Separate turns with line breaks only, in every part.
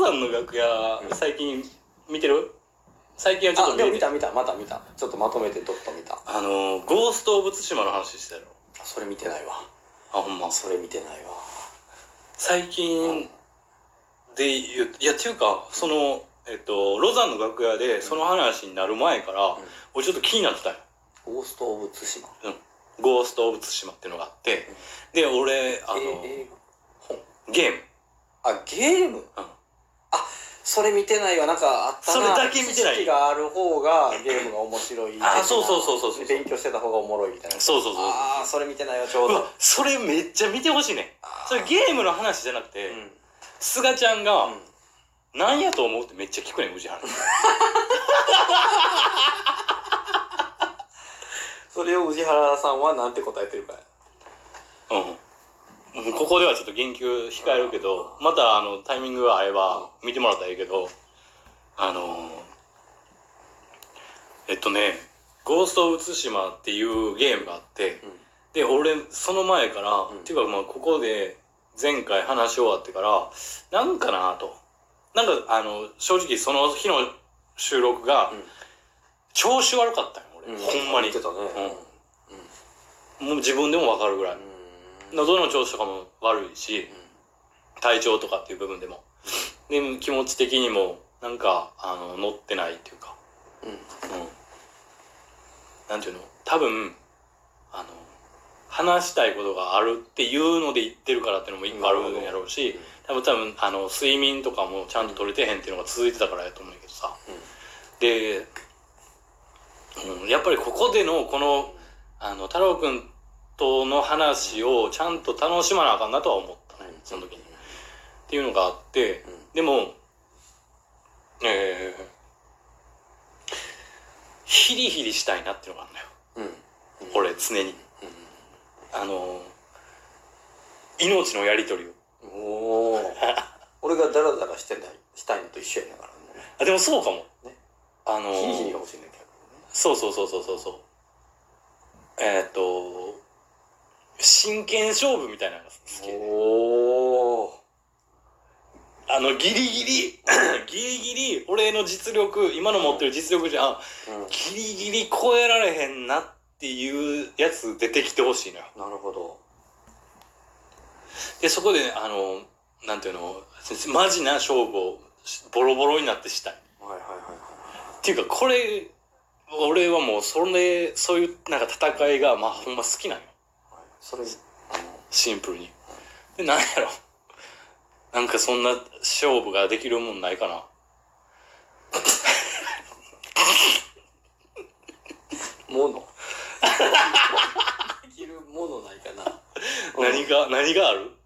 ザンの楽屋、最近見てる？最近はちょっと
でも見たまた見た。ちょっとまとめてどっと見た。
ゴースト・オブ・ツシマの話してたやろ。
それ見てないわ。
あ、ほんま。
それ見てないわ。
最近でいやっていうかそのロザンの楽屋でその話になる前から、俺ちょっと気になってたよ。
ゴースト・オブ・ツシマ。
ゴースト・オブ・ツシマっていうのがあって、で俺
本
ゲーム。
ゲーム。それ見てないわ。なんかあったな。
それだけ見てない。
知識がある方がゲームが面白い。
そう
勉強してた方がおもろいみたいな。
そう。
それ見てないわ。ちょうど。
それめっちゃ見てほしいね。それゲームの話じゃなくて、すがちゃんが何やと思うってめっちゃ聞くねん、宇治原。
それを宇治原さんはなんて答えてるか。
ここではちょっと言及控えるけど、またタイミングが合えば見てもらったらいいけど、ゴースト・オブ・ツシマっていうゲームがあって、で俺その前から、っていうかまあここで前回話し終わってからなんかなと、なんか正直その日の収録が、調子悪かったよ俺、ほんまに。もう自分でも分かるぐらい。喉の調子とかも悪いし、体調とかっていう部分でも、で気持ち的にもなんか乗ってないっていうか、なんていうの、多分話したいことがあるっていうので言ってるからっていうのも一個あるんやろうし、多分睡眠とかもちゃんと取れてへんっていうのが続いてたからやと思うんやけどさ、で、やっぱりここでのこの太郎くんとの話をちゃんと楽しまなあかんなとは思ったね、その時に。っていうのがあって、でもヒリヒリしたいなっていうのがあるのよ、俺常に。命のやり取りを。
俺がダラダラしたいのと一緒やねんからね。
でもそうかもね。
ヒリヒリが欲しいんだけどね。
そう。真剣勝負みたいなのが好きで。ギリギリ俺の実力、今の持ってる実力じゃ、ギリギリ超えられへんなっていうやつ出てきてほしいのよ。
なるほど。
でそこでなんていうの、マジな勝負をボロボロになってしたい。っていうかこれ俺はもうそういうなんか戦いがまあほんま好きなんよ。
それ
シンプルに。でなんやろ、なんかそんな勝負ができるもんないかな。
ものできるものないかな。
何がある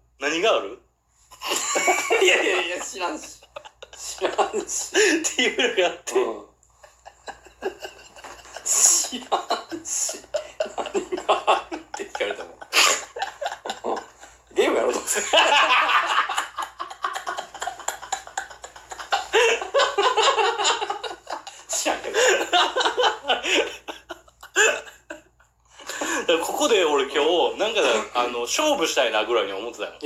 いや知らんし
っていうのがあって、
知らんし何があるって聞かれたもん。ゲームやろうと思って知らんけど。
ここで俺今日なんか勝負したいなぐらいに思ってたよ。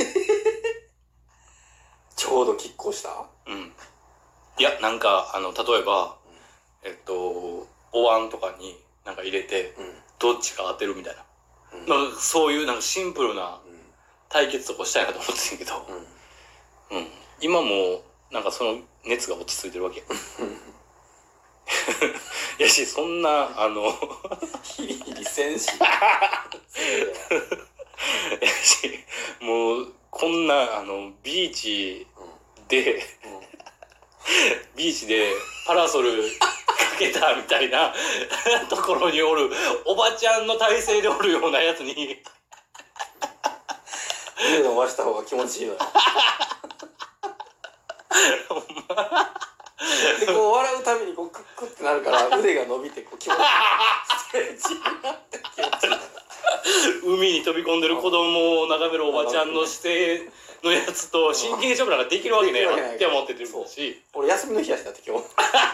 ちょうど拮抗した。
いやなんか例えばお椀とかになんか入れて、どっちか当てるみたいな、そういうなんかシンプルな対決とかしたいなと思ってんけど、今もなんかその熱が落ち着いてるわけ。やしそんな
ヒリヒリせんしや
しもうこんなビーチで、ビーチでパラソルかけたみたいなところにおるおばちゃんの体勢でおるようなやつに
腕伸ばした方が気持ちいいのよ。でこう笑うたびにこうクックってなるから腕が伸びてこう気持ちいい。ストレッチになって気持ちいい。
海に飛び込んでる子供を眺めるおばちゃんの姿勢のやつと真剣勝負なんかできるわけねえなって思っててるし、
俺休みの日やしだって今日。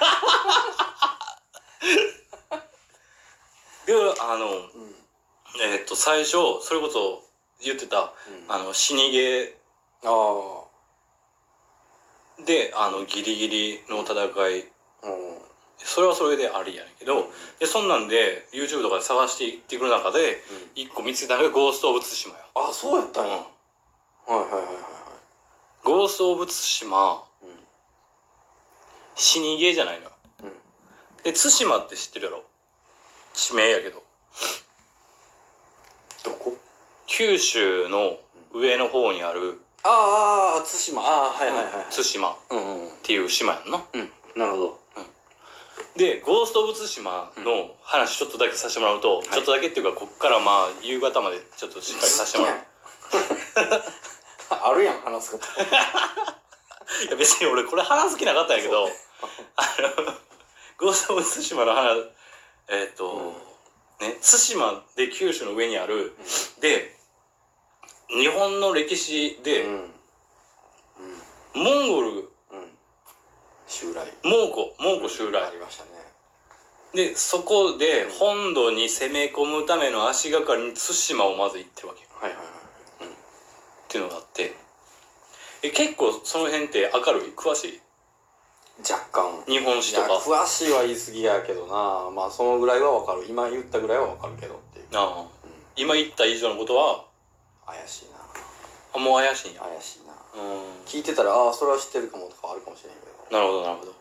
で最初それこそ言ってた死にゲーでギリギリの戦い、
うん
それはそれでありやねんけど、でそんなんで YouTube とかで探していってくる中で一個見つけたのがゴースト・オブ・ツシマや。
あ、そうやったんや。はいはいはいはいはい。
ゴースト・オブ・ツシマ、
うん
死にゲーじゃないのよ。
うん
で対馬って知ってるやろ。地名やけど
どこ？
九州の上の方にある
ああ、対馬。ああ、はいはいはい。
対馬っ
うんうん
ていう島やんな。
うん。なるほど。
でゴースト・オブ・ツシマの話ちょっとだけさせてもらうと、ちょっとだけっていうかこっからまあ夕方までちょっとしっかりさせてもらう。
あるやん、話すこと。
いや別に俺これ話す気なかったんやけど、ゴースト・オブ・ツシマの話、ね、対馬で九州の上にある、で日本の歴史で、モンゴル
襲来。
蒙古襲来、
ありましたね。
でそこで本土に攻め込むための足がかりに対馬をまず行ってるわけ
はいはいはい。
っていうのがあって、結構その辺って明るい詳しい
若干。
日本史とか。
詳しいは言い過ぎやけどな。まあそのぐらいはわかる。今言ったぐらいはわかるけどっていう。
ああ、今言った以上のことは
怪しいな。
もう怪しいんや。
怪しいな。
うん
聞いてたら、ああ、それは知ってるかもとかあるかもしれんけど。
なるほどなるほど。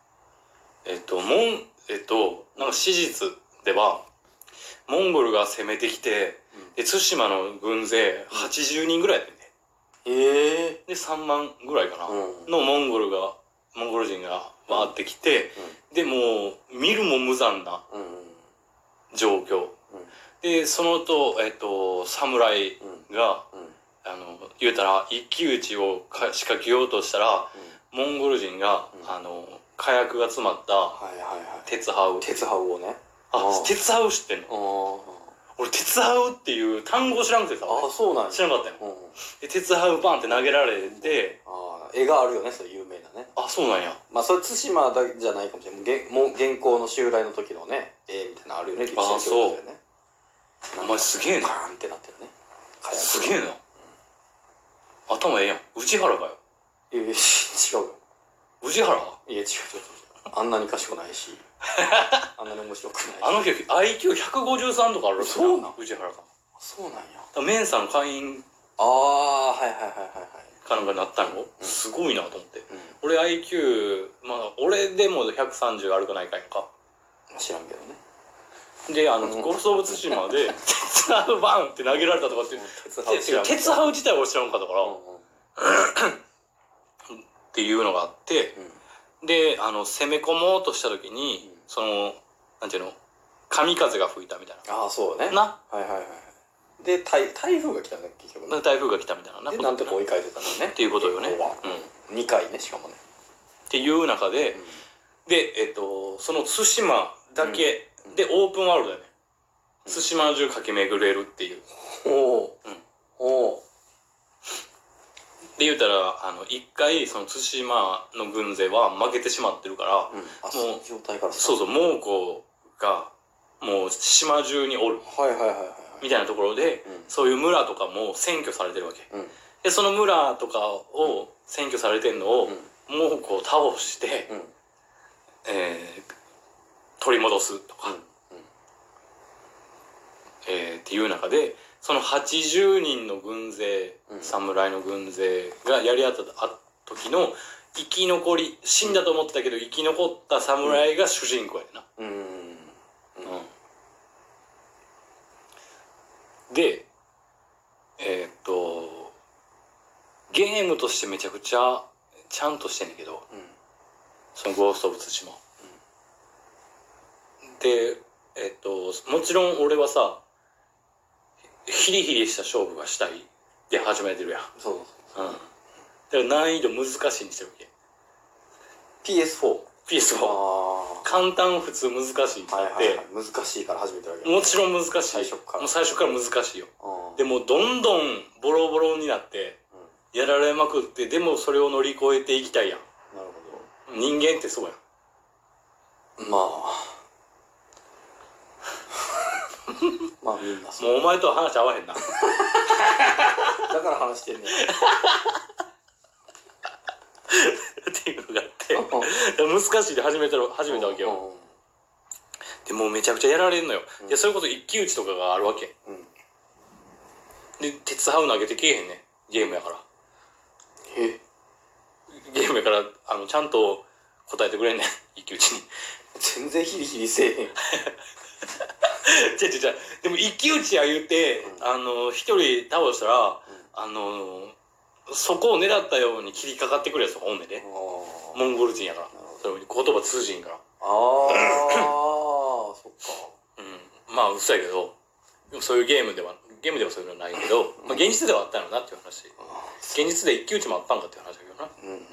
なんか史実ではモンゴルが攻めてきて、で対馬の軍勢80人ぐらいやってんね。で3万ぐらいかな、のモンゴル人が回ってきて、でもう見るも無残な状況、でそのと侍が、言うたら一騎打ちを仕掛けようとしたら、モンゴル人が、火薬が詰まった鉄ハウ。
鉄ハウをね。
鉄ハウ知ってんの？俺鉄ハウっていう単語知らんくてさ。
ああ、そうなんや。
知らんかったよ。で鉄ハウバンって投げられて、
絵があるよね、それ有名なね。
あ、そうなんや。
まあそれ対馬だけじゃないかもしれない。もう現行の襲来の時のね、絵みたいなのあるよね、歴史の教科書でね。
お前すげえな。
バーンってなってるね。
すげえな。頭ええやん。内原かよ。
いやいや、違うよ。
宇治原？
いや違う。あんなに賢くないし、あんなに面白くないし。
あの人 IQ153 とかあるらしい。
そうなん？
宇治原さん。
そうなんや。
メンサの会員
ああ、はいはいはいはいはい。
かなんかになったの？すごいなと思って。俺 IQ、まあ俺でも130あるかないかやんか。
知らんけどね。
でゴースト・オブ・ツシマで鉄ハウバンって投げられたとかって鉄ハウ自体は知らんかったからっていうのがあって、で攻め込もうとした時にそのなんていうの神風が吹いたみたいな。
ああ、そうね。
な。
はいはいはい。で台風が来たね、結局ね。
台風が来たみたいな。
でなんとか追い返せたのね。
っていうことよね。
2回ね、しかもね。
っていう中で、でその対馬だけでオープンワールドやね。対馬中駆け巡れるっていう。で言うたら一回その対馬の軍勢は負けてしまってるから、もう
状態から
そうそう蒙古がもう島中におるみたいなところで、そういう村とかも占拠されてるわけ、でその村とかを占拠されてるのを、蒙古を倒して、取り戻すとか、っていう中でその80人の軍勢、侍の軍勢がやり合った時の生き残り、死んだと思ってたけど生き残った侍が主人公やな。でゲームとしてめちゃくちゃちゃんとしてんねんけど、そのゴースト・オブ・ツシマ、でもちろん俺はさヒリヒリした勝負がしたいで始めてるやん。
そう。
だから難易度難しいにしてるわけ。
PS4
簡単普通難しいって
難しいから始めてるわけ。
もちろん難しい。最初から難しいよ。でもどんどんボロボロになってやられまくって、でもそれを乗り越えていきたいやん。
なるほど。
人間ってそうやん。
まあみんな
もうお前とは話合わへんな。
だから話してんねん。
って難しいで始めたわけよ。でもうめちゃくちゃやられるのよ。でそれこそ一騎打ちとかがあるわけ。で鉄ハウ投げてけえへんねゲームやから。ゲームやからちゃんと答えてくれんねん一騎打ちに。
全然ヒリヒリせえへん。
違う。でも一騎打ちや言うて一人倒したらそこを狙ったように切りかかってくるやつがおんねんで。モンゴル人やから。それ言葉通じんから。
そっか。
まあ嘘やけど、でもそういうゲームではそういうのはないけど、まあ現実ではあったのなっていう話。現実で一騎打ちもあったんかっていう話だけどな。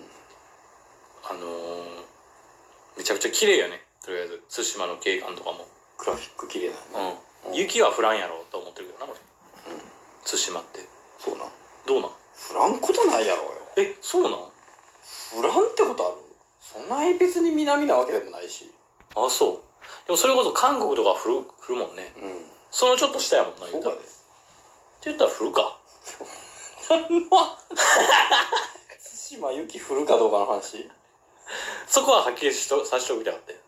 めちゃくちゃ綺麗やね。とりあえず対馬の景観とかも
グラフィック綺麗だね。
雪は降らんやろと思ってるけどな俺。対馬って
そうなん。
どうなん？
降らんことないやろよ。
そうなん？
降らんってことある？そんな別に南なわけでもないし。
あ、そう。でもそれこそ韓国とか降るもんね。そのちょっと下やもんな。
そうだね。
って言ったら降るか。
対馬雪降るかどうかの話。
そこははっきりさせておきたかったよ。